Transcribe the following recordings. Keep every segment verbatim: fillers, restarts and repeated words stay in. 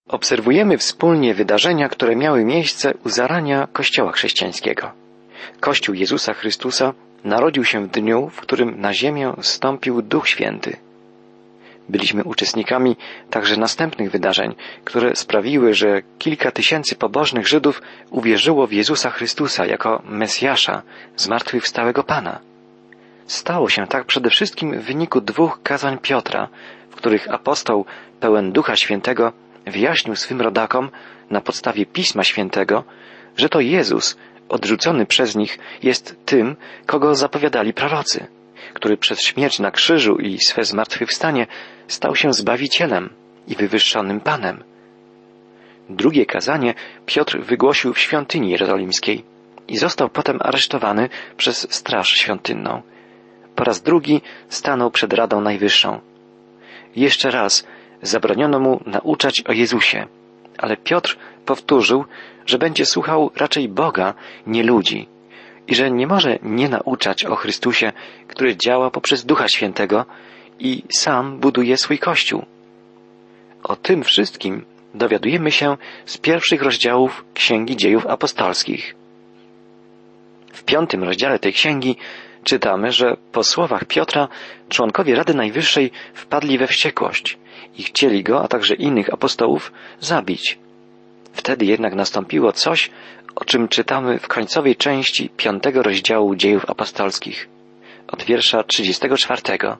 Obserwujemy wspólnie wydarzenia, które miały miejsce u zarania Kościoła chrześcijańskiego. Kościół Jezusa Chrystusa narodził się w dniu, w którym na ziemię zstąpił Duch Święty. Byliśmy uczestnikami także następnych wydarzeń, które sprawiły, że kilka tysięcy pobożnych Żydów uwierzyło w Jezusa Chrystusa jako Mesjasza, zmartwychwstałego Pana. Stało się tak przede wszystkim w wyniku dwóch kazań Piotra, w których apostoł pełen Ducha Świętego wyjaśnił swym rodakom na podstawie Pisma Świętego, że to Jezus, odrzucony przez nich, jest tym, kogo zapowiadali prorocy, który przez śmierć na krzyżu i swe zmartwychwstanie stał się Zbawicielem i wywyższonym Panem. Drugie kazanie Piotr wygłosił w świątyni jerozolimskiej i został potem aresztowany przez straż świątynną. Po raz drugi stanął przed Radą Najwyższą. Jeszcze raz zabroniono mu nauczać o Jezusie, ale Piotr powtórzył, że będzie słuchał raczej Boga, nie ludzi i że nie może nie nauczać o Chrystusie, który działa poprzez Ducha Świętego i sam buduje swój Kościół. O tym wszystkim dowiadujemy się z pierwszych rozdziałów Księgi Dziejów Apostolskich. W piątym rozdziale tej księgi czytamy, że po słowach Piotra członkowie Rady Najwyższej wpadli we wściekłość i chcieli go, a także innych apostołów, zabić. Wtedy jednak nastąpiło coś, o czym czytamy w końcowej części piątego rozdziału Dziejów Apostolskich, od wiersza trzydziestego czwartego.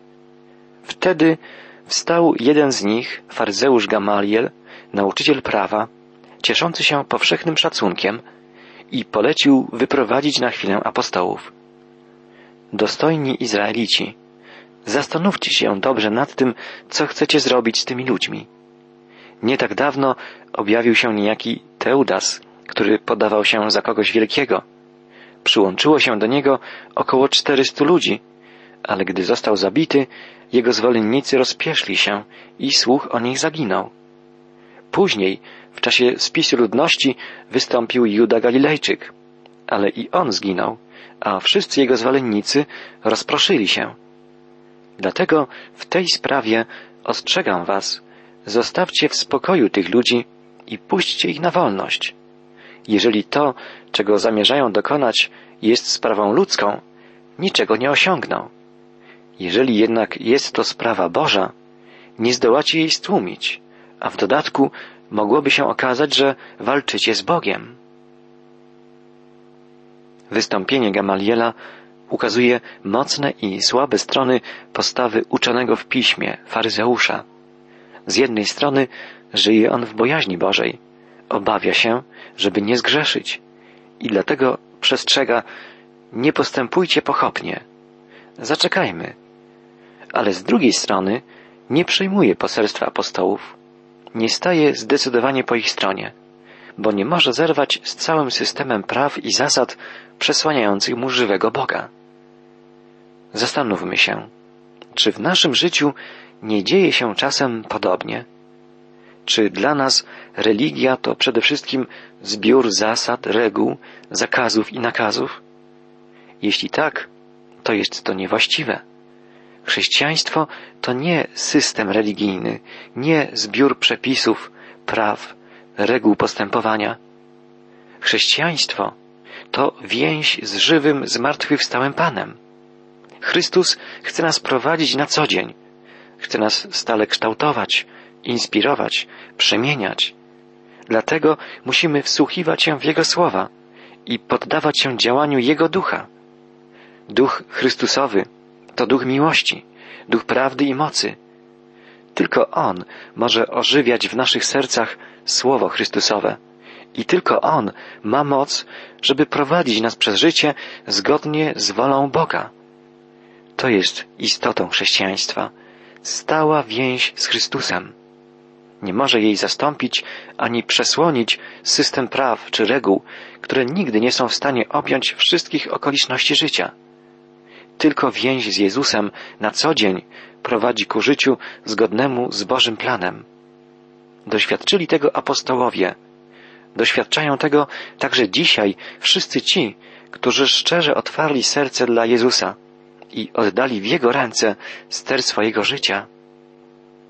Wtedy wstał jeden z nich, faryzeusz Gamaliel, nauczyciel prawa, cieszący się powszechnym szacunkiem, i polecił wyprowadzić na chwilę apostołów. Dostojni Izraelici, zastanówcie się dobrze nad tym, co chcecie zrobić z tymi ludźmi. Nie tak dawno objawił się niejaki Teudas, który podawał się za kogoś wielkiego. Przyłączyło się do niego około czterystu ludzi, ale gdy został zabity, jego zwolennicy rozpieszli się i słuch o nich zaginął. Później, w czasie spisu ludności, wystąpił Juda Galilejczyk, ale i on zginął, a wszyscy jego zwolennicy rozproszyli się. Dlatego w tej sprawie ostrzegam was, zostawcie w spokoju tych ludzi i puśćcie ich na wolność. Jeżeli to, czego zamierzają dokonać, jest sprawą ludzką, niczego nie osiągną. Jeżeli jednak jest to sprawa Boża, nie zdołacie jej stłumić, a w dodatku mogłoby się okazać, że walczycie z Bogiem. Wystąpienie Gamaliela ukazuje mocne i słabe strony postawy uczonego w piśmie, faryzeusza. Z jednej strony żyje on w bojaźni Bożej, obawia się, żeby nie zgrzeszyć i dlatego przestrzega: nie postępujcie pochopnie, zaczekajmy. Ale z drugiej strony nie przyjmuje poselstwa apostołów, nie staje zdecydowanie po ich stronie, bo nie może zerwać z całym systemem praw i zasad przesłaniających mu żywego Boga. Zastanówmy się, czy w naszym życiu nie dzieje się czasem podobnie? Czy dla nas religia to przede wszystkim zbiór zasad, reguł, zakazów i nakazów? Jeśli tak, to jest to niewłaściwe. Chrześcijaństwo to nie system religijny, nie zbiór przepisów, praw, reguł postępowania. Chrześcijaństwo to więź z żywym, zmartwychwstałym Panem. Chrystus chce nas prowadzić na co dzień. Chce nas stale kształtować, inspirować, przemieniać. Dlatego musimy wsłuchiwać się w Jego słowa i poddawać się działaniu Jego Ducha. Duch Chrystusowy to duch miłości, duch prawdy i mocy. Tylko On może ożywiać w naszych sercach Słowo Chrystusowe i tylko On ma moc, żeby prowadzić nas przez życie zgodnie z wolą Boga. To jest istotą chrześcijaństwa, stała więź z Chrystusem. Nie może jej zastąpić ani przesłonić system praw czy reguł, które nigdy nie są w stanie objąć wszystkich okoliczności życia. Tylko więź z Jezusem na co dzień prowadzi ku życiu zgodnemu z Bożym planem. Doświadczyli tego apostołowie. Doświadczają tego także dzisiaj wszyscy ci, którzy szczerze otwarli serce dla Jezusa i oddali w Jego ręce ster swojego życia.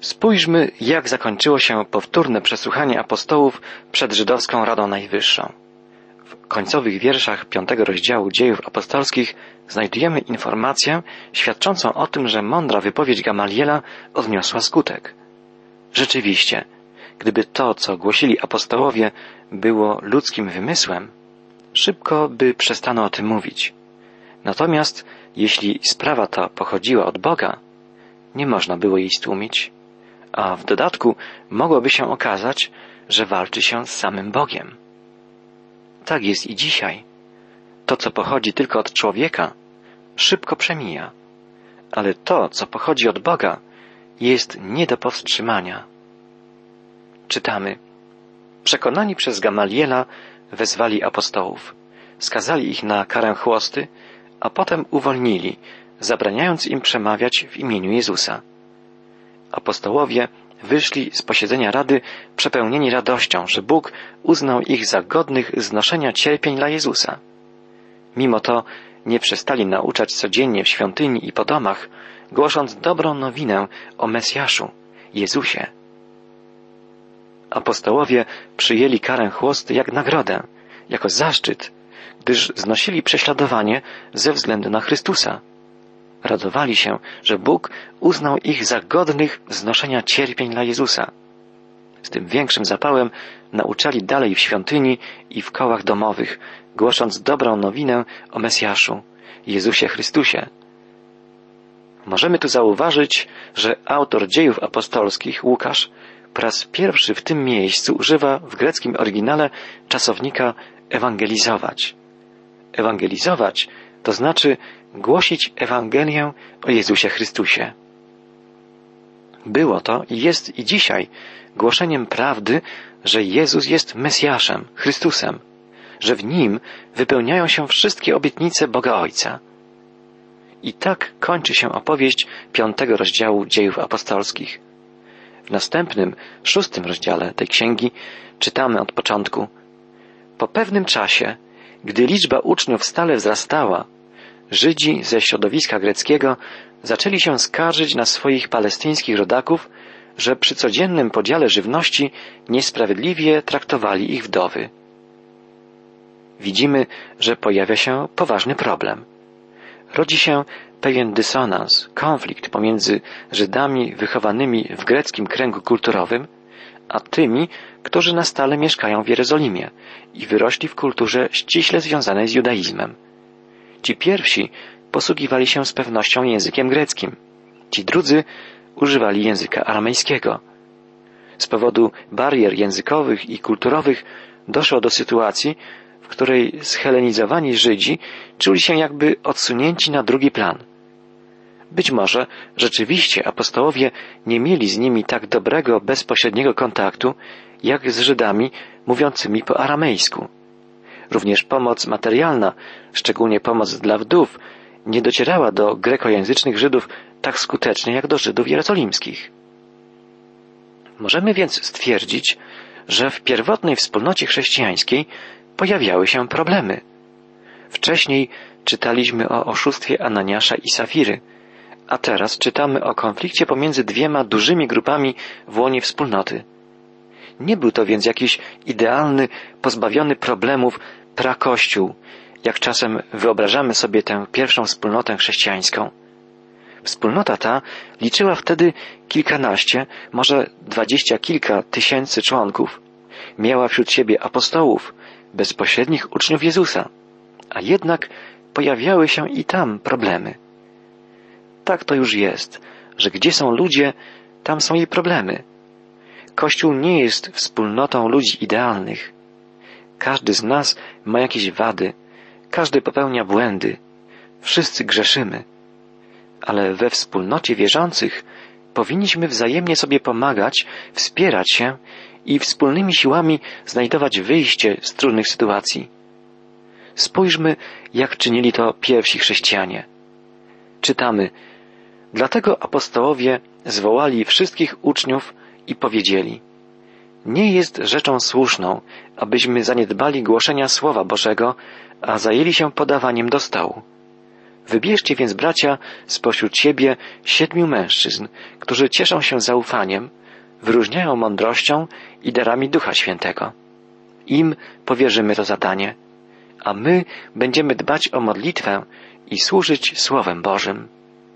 Spójrzmy, jak zakończyło się powtórne przesłuchanie apostołów przed Żydowską Radą Najwyższą. W końcowych wierszach piątego rozdziału Dziejów Apostolskich znajdujemy informację świadczącą o tym, że mądra wypowiedź Gamaliela odniosła skutek. Rzeczywiście, gdyby to, co głosili apostołowie, było ludzkim wymysłem, szybko by przestano o tym mówić. Natomiast jeśli sprawa ta pochodziła od Boga, nie można było jej stłumić, a w dodatku mogłoby się okazać, że walczy się z samym Bogiem. Tak jest i dzisiaj. To, co pochodzi tylko od człowieka, szybko przemija, ale to, co pochodzi od Boga, jest nie do powstrzymania. Czytamy: przekonani przez Gamaliela wezwali apostołów, skazali ich na karę chłosty, a potem uwolnili, zabraniając im przemawiać w imieniu Jezusa. Apostołowie wyszli z posiedzenia Rady przepełnieni radością, że Bóg uznał ich za godnych znoszenia cierpień dla Jezusa. Mimo to nie przestali nauczać codziennie w świątyni i po domach, głosząc dobrą nowinę o Mesjaszu, Jezusie. Apostołowie przyjęli karę chłosty jak nagrodę, jako zaszczyt, gdyż znosili prześladowanie ze względu na Chrystusa. Radowali się, że Bóg uznał ich za godnych znoszenia cierpień dla Jezusa. Z tym większym zapałem nauczali dalej w świątyni i w kołach domowych, głosząc dobrą nowinę o Mesjaszu, Jezusie Chrystusie. Możemy tu zauważyć, że autor Dziejów Apostolskich, Łukasz, po raz pierwszy w tym miejscu używa w greckim oryginale czasownika ewangelizować. Ewangelizować to znaczy głosić Ewangelię o Jezusie Chrystusie. Było to i jest i dzisiaj głoszeniem prawdy, że Jezus jest Mesjaszem, Chrystusem, że w Nim wypełniają się wszystkie obietnice Boga Ojca. I tak kończy się opowieść piątego rozdziału Dziejów Apostolskich. W następnym, szóstym rozdziale tej księgi czytamy od początku: po pewnym czasie, gdy liczba uczniów stale wzrastała, Żydzi ze środowiska greckiego zaczęli się skarżyć na swoich palestyńskich rodaków, że przy codziennym podziale żywności niesprawiedliwie traktowali ich wdowy. Widzimy, że pojawia się poważny problem. Rodzi się pewien dysonans, konflikt pomiędzy Żydami wychowanymi w greckim kręgu kulturowym, a tymi, którzy na stale mieszkają w Jerozolimie i wyrośli w kulturze ściśle związanej z judaizmem. Ci pierwsi posługiwali się z pewnością językiem greckim, ci drudzy używali języka aramejskiego. Z powodu barier językowych i kulturowych doszło do sytuacji, w której schelenizowani Żydzi czuli się jakby odsunięci na drugi plan. Być może rzeczywiście apostołowie nie mieli z nimi tak dobrego, bezpośredniego kontaktu, jak z Żydami mówiącymi po aramejsku. Również pomoc materialna, szczególnie pomoc dla wdów, nie docierała do grekojęzycznych Żydów tak skutecznie jak do Żydów jerozolimskich. Możemy więc stwierdzić, że w pierwotnej wspólnocie chrześcijańskiej pojawiały się problemy. Wcześniej czytaliśmy o oszustwie Ananiasza i Safiry, a teraz czytamy o konflikcie pomiędzy dwiema dużymi grupami w łonie wspólnoty. Nie był to więc jakiś idealny, pozbawiony problemów prakościół, jak czasem wyobrażamy sobie tę pierwszą wspólnotę chrześcijańską. Wspólnota ta liczyła wtedy kilkanaście, może dwadzieścia kilka tysięcy członków. Miała wśród siebie apostołów, bezpośrednich uczniów Jezusa, a jednak pojawiały się i tam problemy. Tak to już jest, że gdzie są ludzie, tam są i problemy. Kościół nie jest wspólnotą ludzi idealnych. Każdy z nas ma jakieś wady, każdy popełnia błędy, wszyscy grzeszymy. Ale we wspólnocie wierzących powinniśmy wzajemnie sobie pomagać, wspierać się i wspólnymi siłami znajdować wyjście z trudnych sytuacji. Spójrzmy, jak czynili to pierwsi chrześcijanie. Czytamy: dlatego apostołowie zwołali wszystkich uczniów i powiedzieli: nie jest rzeczą słuszną, abyśmy zaniedbali głoszenia Słowa Bożego, a zajęli się podawaniem do stołu. Wybierzcie więc, bracia, spośród siebie siedmiu mężczyzn, którzy cieszą się zaufaniem, wyróżniają mądrością i darami Ducha Świętego. Im powierzymy to zadanie, a my będziemy dbać o modlitwę i służyć Słowem Bożym.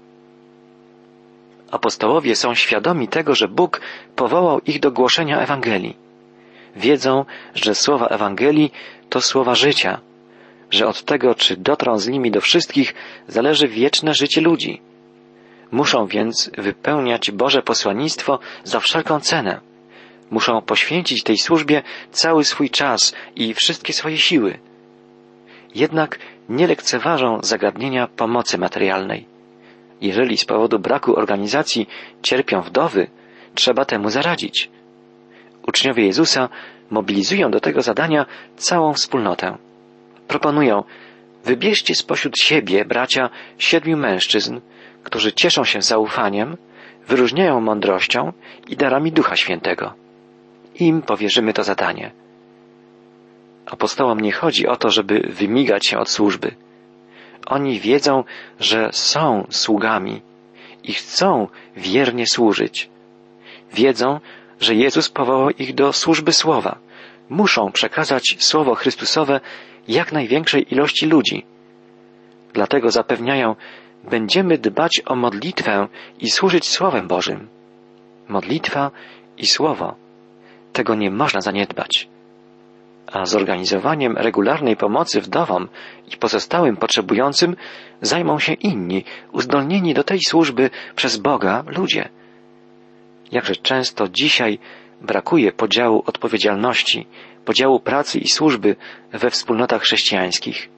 Apostołowie są świadomi tego, że Bóg powołał ich do głoszenia Ewangelii. Wiedzą, że słowa Ewangelii to słowa życia, że od tego, czy dotrą z nimi do wszystkich, zależy wieczne życie ludzi. Muszą więc wypełniać Boże posłannictwo za wszelką cenę. Muszą poświęcić tej służbie cały swój czas i wszystkie swoje siły. Jednak nie lekceważą zagadnienia pomocy materialnej. Jeżeli z powodu braku organizacji cierpią wdowy, trzeba temu zaradzić. Uczniowie Jezusa mobilizują do tego zadania całą wspólnotę. Proponują: wybierzcie spośród siebie, bracia, siedmiu mężczyzn, którzy cieszą się zaufaniem, wyróżniają mądrością i darami Ducha Świętego. Im powierzymy to zadanie. Apostołom nie chodzi o to, żeby wymigać się od służby. Oni wiedzą, że są sługami i chcą wiernie służyć. Wiedzą, że Jezus powołał ich do służby Słowa. Muszą przekazać Słowo Chrystusowe jak największej ilości ludzi. Dlatego zapewniają: będziemy dbać o modlitwę i służyć Słowem Bożym. Modlitwa i Słowo. Tego nie można zaniedbać. A zorganizowaniem regularnej pomocy wdowom i pozostałym potrzebującym zajmą się inni, uzdolnieni do tej służby przez Boga ludzie. Jakże często dzisiaj brakuje podziału odpowiedzialności, podziału pracy i służby we wspólnotach chrześcijańskich.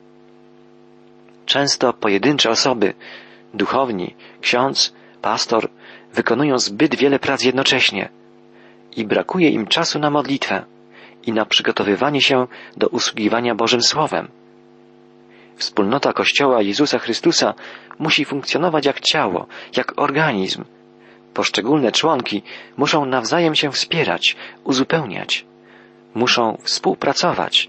Często pojedyncze osoby, duchowni, ksiądz, pastor, wykonują zbyt wiele prac jednocześnie i brakuje im czasu na modlitwę i na przygotowywanie się do usługiwania Bożym Słowem. Wspólnota Kościoła Jezusa Chrystusa musi funkcjonować jak ciało, jak organizm. Poszczególne członki muszą nawzajem się wspierać, uzupełniać. Muszą współpracować.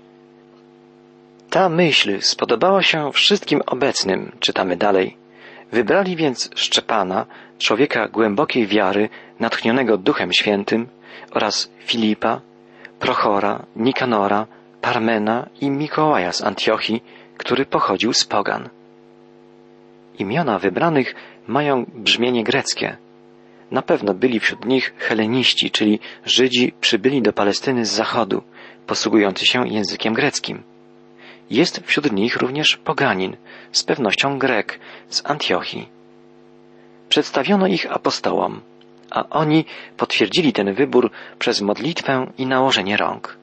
Ta myśl spodobała się wszystkim obecnym, czytamy dalej. Wybrali więc Szczepana, człowieka głębokiej wiary, natchnionego Duchem Świętym, oraz Filipa, Prochora, Nikanora, Parmena i Mikołaja z Antiochii, który pochodził z pogan. Imiona wybranych mają brzmienie greckie. Na pewno byli wśród nich heleniści, czyli Żydzi przybyli do Palestyny z zachodu, posługujący się językiem greckim. Jest wśród nich również poganin, z pewnością Grek z Antiochii. Przedstawiono ich apostołom, a oni potwierdzili ten wybór przez modlitwę i nałożenie rąk.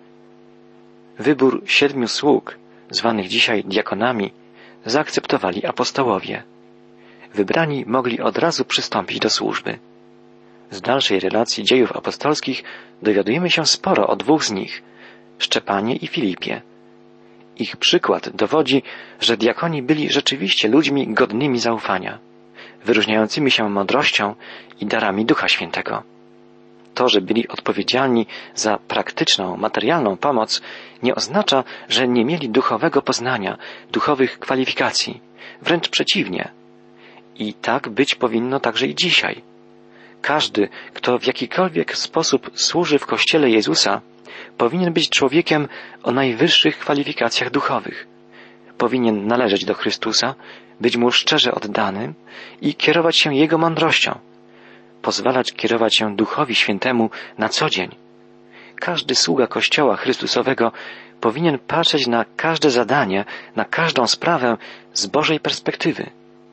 Wybór siedmiu sług, zwanych dzisiaj diakonami, zaakceptowali apostołowie. Wybrani mogli od razu przystąpić do służby. Z dalszej relacji dziejów apostolskich dowiadujemy się sporo o dwóch z nich, Szczepanie i Filipie. Ich przykład dowodzi, że diakoni byli rzeczywiście ludźmi godnymi zaufania, wyróżniającymi się mądrością i darami Ducha Świętego. To, że byli odpowiedzialni za praktyczną, materialną pomoc, nie oznacza, że nie mieli duchowego poznania, duchowych kwalifikacji. Wręcz przeciwnie. I tak być powinno także i dzisiaj. Każdy, kto w jakikolwiek sposób służy w Kościele Jezusa, powinien być człowiekiem o najwyższych kwalifikacjach duchowych. Powinien należeć do Chrystusa, być Mu szczerze oddanym i kierować się Jego mądrością. Pozwalać kierować się Duchowi Świętemu na co dzień. Każdy sługa Kościoła Chrystusowego powinien patrzeć na każde zadanie, na każdą sprawę z Bożej perspektywy.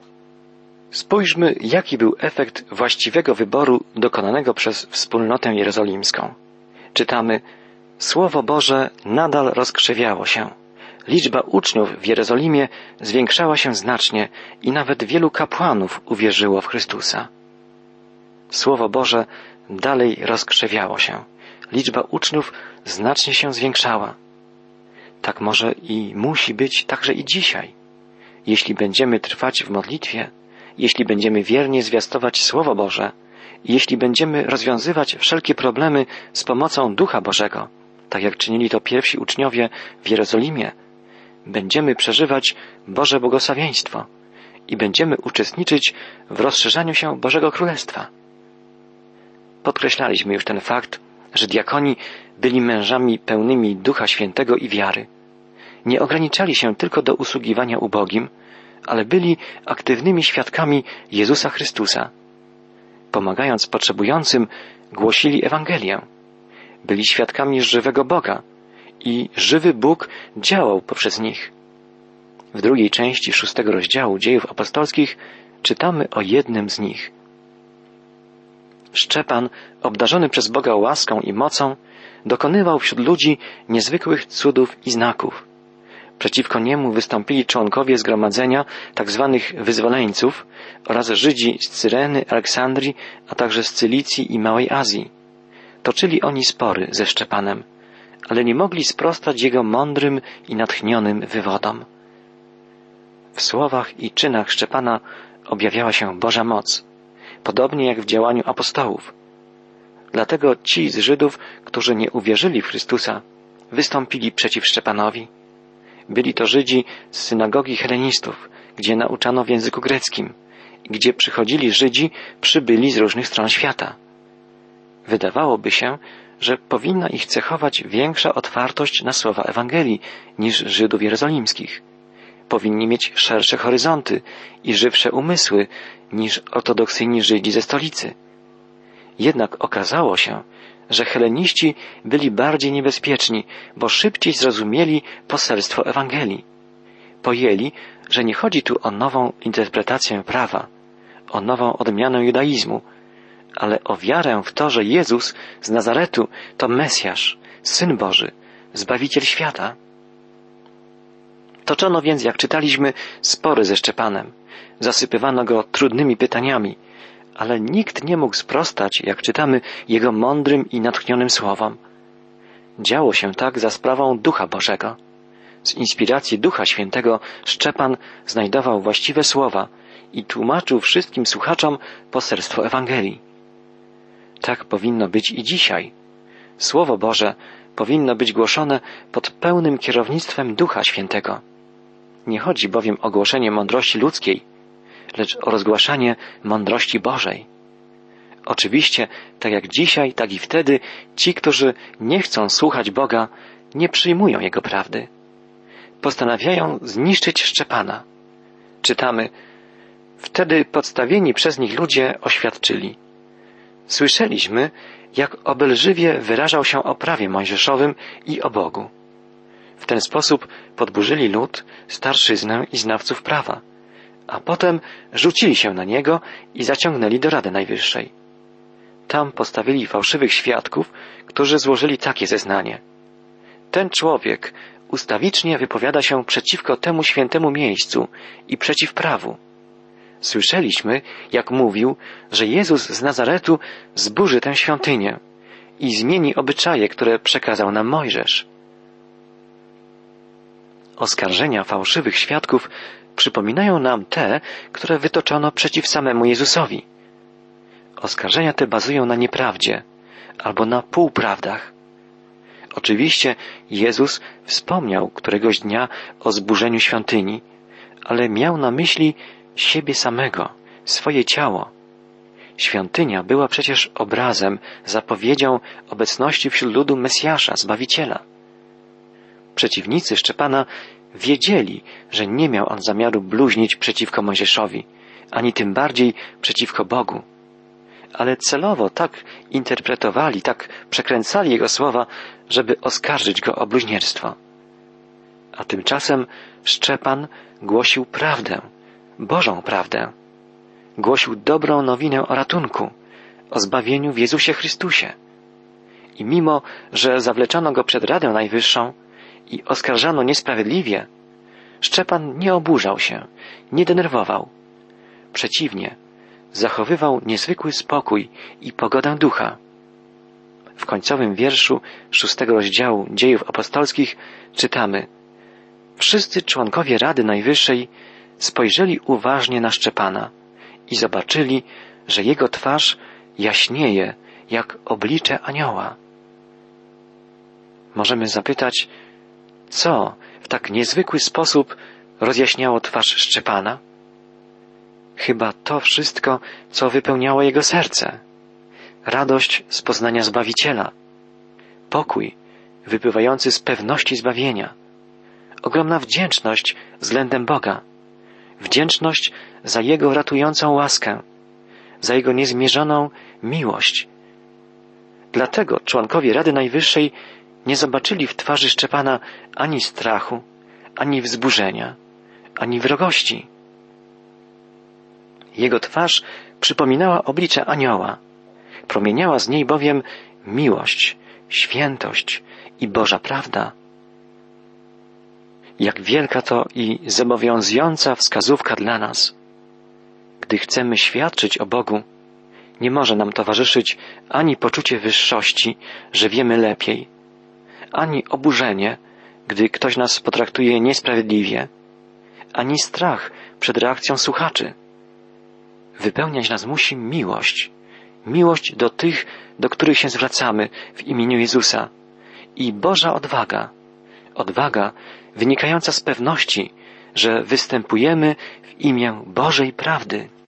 Spójrzmy, jaki był efekt właściwego wyboru dokonanego przez wspólnotę jerozolimską. Czytamy: Słowo Boże nadal rozkrzewiało się. Liczba uczniów w Jerozolimie zwiększała się znacznie i nawet wielu kapłanów uwierzyło w Chrystusa. Słowo Boże dalej rozkrzewiało się. Liczba uczniów znacznie się zwiększała. Tak może i musi być także i dzisiaj. Jeśli będziemy trwać w modlitwie, jeśli będziemy wiernie zwiastować Słowo Boże, jeśli będziemy rozwiązywać wszelkie problemy z pomocą Ducha Bożego, tak jak czynili to pierwsi uczniowie w Jerozolimie, będziemy przeżywać Boże błogosławieństwo i będziemy uczestniczyć w rozszerzaniu się Bożego Królestwa. Podkreślaliśmy już ten fakt, że diakoni byli mężami pełnymi Ducha Świętego i wiary. Nie ograniczali się tylko do usługiwania ubogim, ale byli aktywnymi świadkami Jezusa Chrystusa. Pomagając potrzebującym, głosili Ewangelię. Byli świadkami żywego Boga i żywy Bóg działał poprzez nich. W drugiej części szóstego rozdziału Dziejów Apostolskich czytamy o jednym z nich. Szczepan, obdarzony przez Boga łaską i mocą, dokonywał wśród ludzi niezwykłych cudów i znaków. Przeciwko niemu wystąpili członkowie zgromadzenia tak zwanych wyzwoleńców oraz Żydzi z Cyreny, Aleksandrii, a także z Cylicji i Małej Azji. Toczyli oni spory ze Szczepanem, ale nie mogli sprostać jego mądrym i natchnionym wywodom. W słowach i czynach Szczepana objawiała się Boża moc, podobnie jak w działaniu apostołów. Dlatego ci z Żydów, którzy nie uwierzyli w Chrystusa, wystąpili przeciw Szczepanowi. Byli to Żydzi z synagogi helenistów, gdzie nauczano w języku greckim, gdzie przychodzili Żydzi przybyli z różnych stron świata. Wydawałoby się, że powinna ich cechować większa otwartość na słowa Ewangelii niż Żydów jerozolimskich. Powinni mieć szersze horyzonty i żywsze umysły niż ortodoksyjni Żydzi ze stolicy. Jednak okazało się, że heleniści byli bardziej niebezpieczni, bo szybciej zrozumieli poselstwo Ewangelii. Pojęli, że nie chodzi tu o nową interpretację prawa, o nową odmianę judaizmu, ale o wiarę w to, że Jezus z Nazaretu to Mesjasz, Syn Boży, Zbawiciel świata. Toczono więc, jak czytaliśmy, spory ze Szczepanem. Zasypywano go trudnymi pytaniami, ale nikt nie mógł sprostać, jak czytamy, jego mądrym i natchnionym słowom. Działo się tak za sprawą Ducha Bożego. Z inspiracji Ducha Świętego Szczepan znajdował właściwe słowa i tłumaczył wszystkim słuchaczom poselstwo Ewangelii. Tak powinno być i dzisiaj. Słowo Boże powinno być głoszone pod pełnym kierownictwem Ducha Świętego. Nie chodzi bowiem o głoszenie mądrości ludzkiej, lecz o rozgłaszanie mądrości Bożej. Oczywiście, tak jak dzisiaj, tak i wtedy, ci, którzy nie chcą słuchać Boga, nie przyjmują Jego prawdy. Postanawiają zniszczyć Szczepana. Czytamy, wtedy podstawieni przez nich ludzie oświadczyli. Słyszeliśmy, jak obelżywie wyrażał się o prawie mojżeszowym i o Bogu. W ten sposób podburzyli lud, starszyznę i znawców prawa, a potem rzucili się na niego i zaciągnęli do Rady Najwyższej. Tam postawili fałszywych świadków, którzy złożyli takie zeznanie. Ten człowiek ustawicznie wypowiada się przeciwko temu świętemu miejscu i przeciw prawu. Słyszeliśmy, jak mówił, że Jezus z Nazaretu zburzy tę świątynię i zmieni obyczaje, które przekazał nam Mojżesz. Oskarżenia fałszywych świadków przypominają nam te, które wytoczono przeciw samemu Jezusowi. Oskarżenia te bazują na nieprawdzie albo na półprawdach. Oczywiście Jezus wspomniał któregoś dnia o zburzeniu świątyni, ale miał na myśli siebie samego, swoje ciało. Świątynia była przecież obrazem, zapowiedzią obecności wśród ludu Mesjasza, Zbawiciela. Przeciwnicy Szczepana wiedzieli, że nie miał on zamiaru bluźnić przeciwko Mojżeszowi, ani tym bardziej przeciwko Bogu. Ale celowo tak interpretowali, tak przekręcali jego słowa, żeby oskarżyć go o bluźnierstwo. A tymczasem Szczepan głosił prawdę, Bożą prawdę. Głosił dobrą nowinę o ratunku, o zbawieniu w Jezusie Chrystusie. I mimo, że zawleczono go przed Radę Najwyższą i oskarżano niesprawiedliwie, Szczepan nie oburzał się, nie denerwował. Przeciwnie, zachowywał niezwykły spokój i pogodę ducha. W końcowym wierszu szóstego rozdziału Dziejów Apostolskich czytamy: wszyscy członkowie Rady Najwyższej spojrzeli uważnie na Szczepana i zobaczyli, że jego twarz jaśnieje jak oblicze anioła. Możemy zapytać, co w tak niezwykły sposób rozjaśniało twarz Szczepana? chyba to wszystko, co wypełniało jego serce. Radość z poznania Zbawiciela, pokój wypływający z pewności zbawienia, ogromna wdzięczność względem Boga, wdzięczność za Jego ratującą łaskę, za Jego niezmierzoną miłość. Dlatego członkowie Rady Najwyższej nie zobaczyli w twarzy Szczepana ani strachu, ani wzburzenia, ani wrogości. Jego twarz przypominała oblicze anioła, promieniała z niej bowiem miłość, świętość i Boża prawda. Jak wielka to i zobowiązująca wskazówka dla nas. Gdy chcemy świadczyć o Bogu, nie może nam towarzyszyć ani poczucie wyższości, że wiemy lepiej, ani oburzenie, gdy ktoś nas potraktuje niesprawiedliwie, ani strach przed reakcją słuchaczy. Wypełniać nas musi miłość, miłość do tych, do których się zwracamy w imieniu Jezusa i Boża odwaga, odwaga wynikająca z pewności, że występujemy w imię Bożej prawdy.